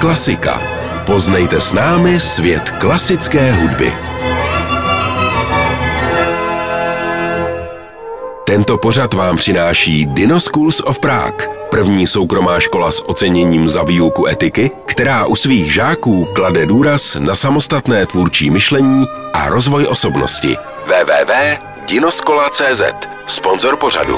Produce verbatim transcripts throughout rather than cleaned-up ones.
Klasika. Poznejte s námi svět klasické hudby. Tento pořad vám přináší Dino Schools of Prague, první soukromá škola s oceněním za výuku etiky, která u svých žáků klade důraz na samostatné tvůrčí myšlení a rozvoj osobnosti. w w w tečka dinoskola tečka c z, sponzor pořadu.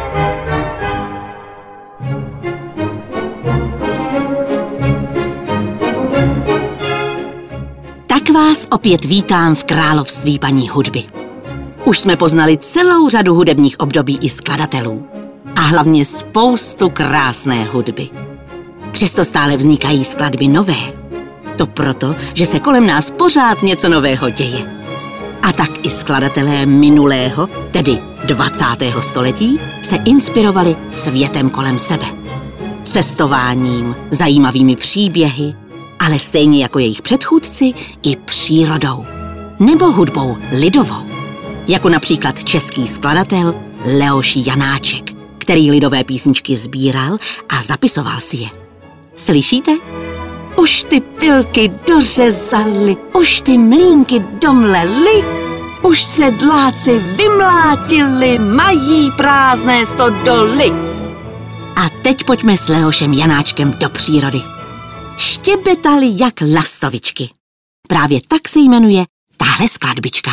Tak vás opět vítám v království paní hudby. Už jsme poznali celou řadu hudebních období i skladatelů. A hlavně spoustu krásné hudby. Přesto stále vznikají skladby nové. To proto, že se kolem nás pořád něco nového děje. A tak i skladatelé minulého, tedy dvacátého století, se inspirovali světem kolem sebe. Cestováním, zajímavými příběhy, ale stejně jako jejich předchůdci i přírodou. Nebo hudbou lidovou. Jako například český skladatel Leoš Janáček, který lidové písničky sbíral a zapisoval si je. Slyšíte? Už ty pilky dořezaly, už ty mlýnky domlely, už sedláci vymlátili, mají prázdné stodoly. A teď pojďme s Leošem Janáčkem do přírody. Štěbetali jak lastovičky. Právě tak se jmenuje tahle skladbička.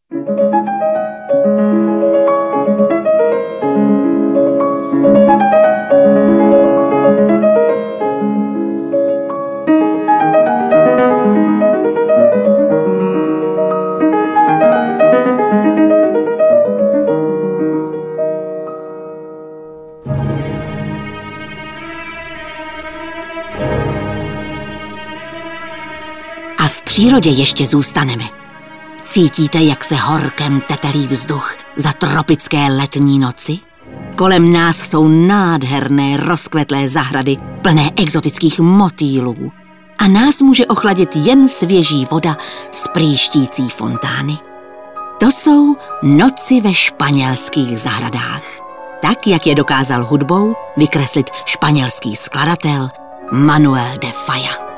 V přírodě ještě zůstaneme. Cítíte, jak se horkem tetelí vzduch za tropické letní noci? Kolem nás jsou nádherné rozkvetlé zahrady plné exotických motýlů. A nás může ochladit jen svěží voda z prýštící fontány. To jsou noci ve španělských zahradách. Tak, jak je dokázal hudbou vykreslit španělský skladatel Manuel de Falla.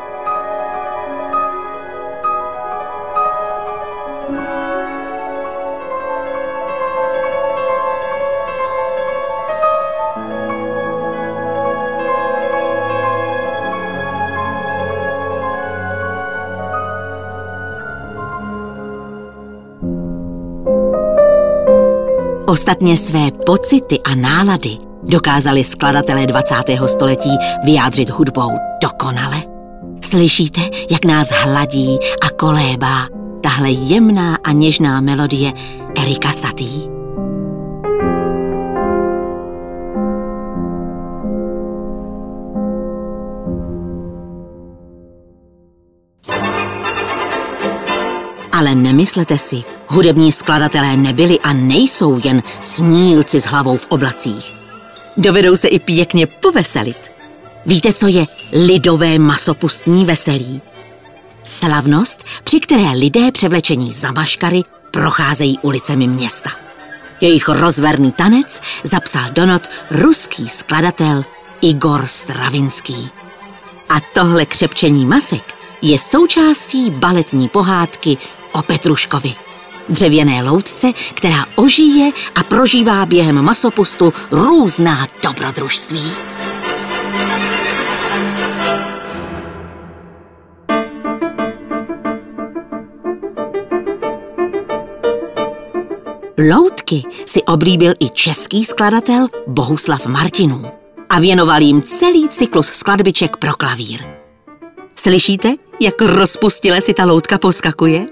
Ostatně své pocity a nálady dokázali skladatelé dvacátého století vyjádřit hudbou dokonale. Slyšíte, jak nás hladí a kolébá tahle jemná a něžná melodie Erika Satie? Ale nemyslete si, hudební skladatelé nebyli a nejsou jen snílci s hlavou v oblacích. Dovedou se i pěkně poveselit. Víte, co je lidové masopustní veselí? Slavnost, při které lidé převlečení za maškary procházejí ulicemi města. Jejich rozverný tanec zapsal do not ruský skladatel Igor Stravinský. A tohle křepčení masek je součástí baletní pohádky o Petruškovi. Dřevěné loutce, která ožije a prožívá během masopustu různá dobrodružství. Loutky si oblíbil i český skladatel Bohuslav Martinů a věnoval jim celý cyklus skladbiček pro klavír. Slyšíte, jak rozpustile si ta loutka poskakuje?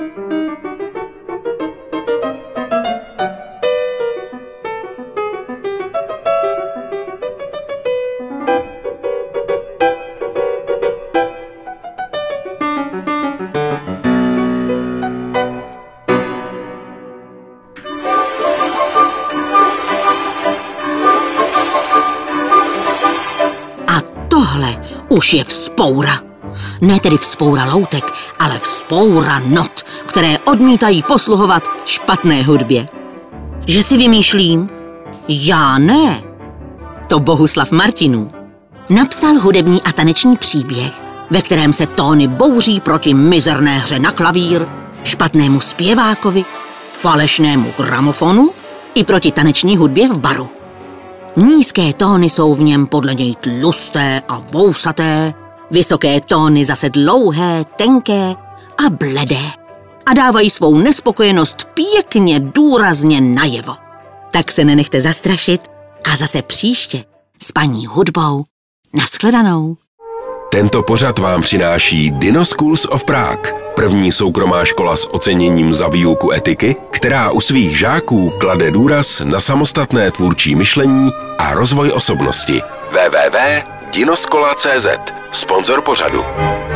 A tohle už je vzpoura. Ne tedy vzpoura loutek, ale vzpoura not, které odmítají posluhovat špatné hudbě. Že si vymýšlím? Já ne. To Bohuslav Martinů napsal hudební a taneční příběh, ve kterém se tóny bouří proti mizerné hře na klavír, špatnému zpěvákovi, falešnému gramofonu i proti taneční hudbě v baru. Nízké tóny jsou v něm podle něj tlusté a vousaté, vysoké tóny zase dlouhé, tenké a bledé a dávají svou nespokojenost pěkně důrazně najevo. Tak se nenechte zastrašit a zase příště s paní hudbou. Nashledanou. Tento pořad vám přináší Dino Schools of Prague, první soukromá škola s oceněním za výuku etiky, která u svých žáků klade důraz na samostatné tvůrčí myšlení a rozvoj osobnosti. w w w tečka dinoskola tečka cz, sponzor pořadu.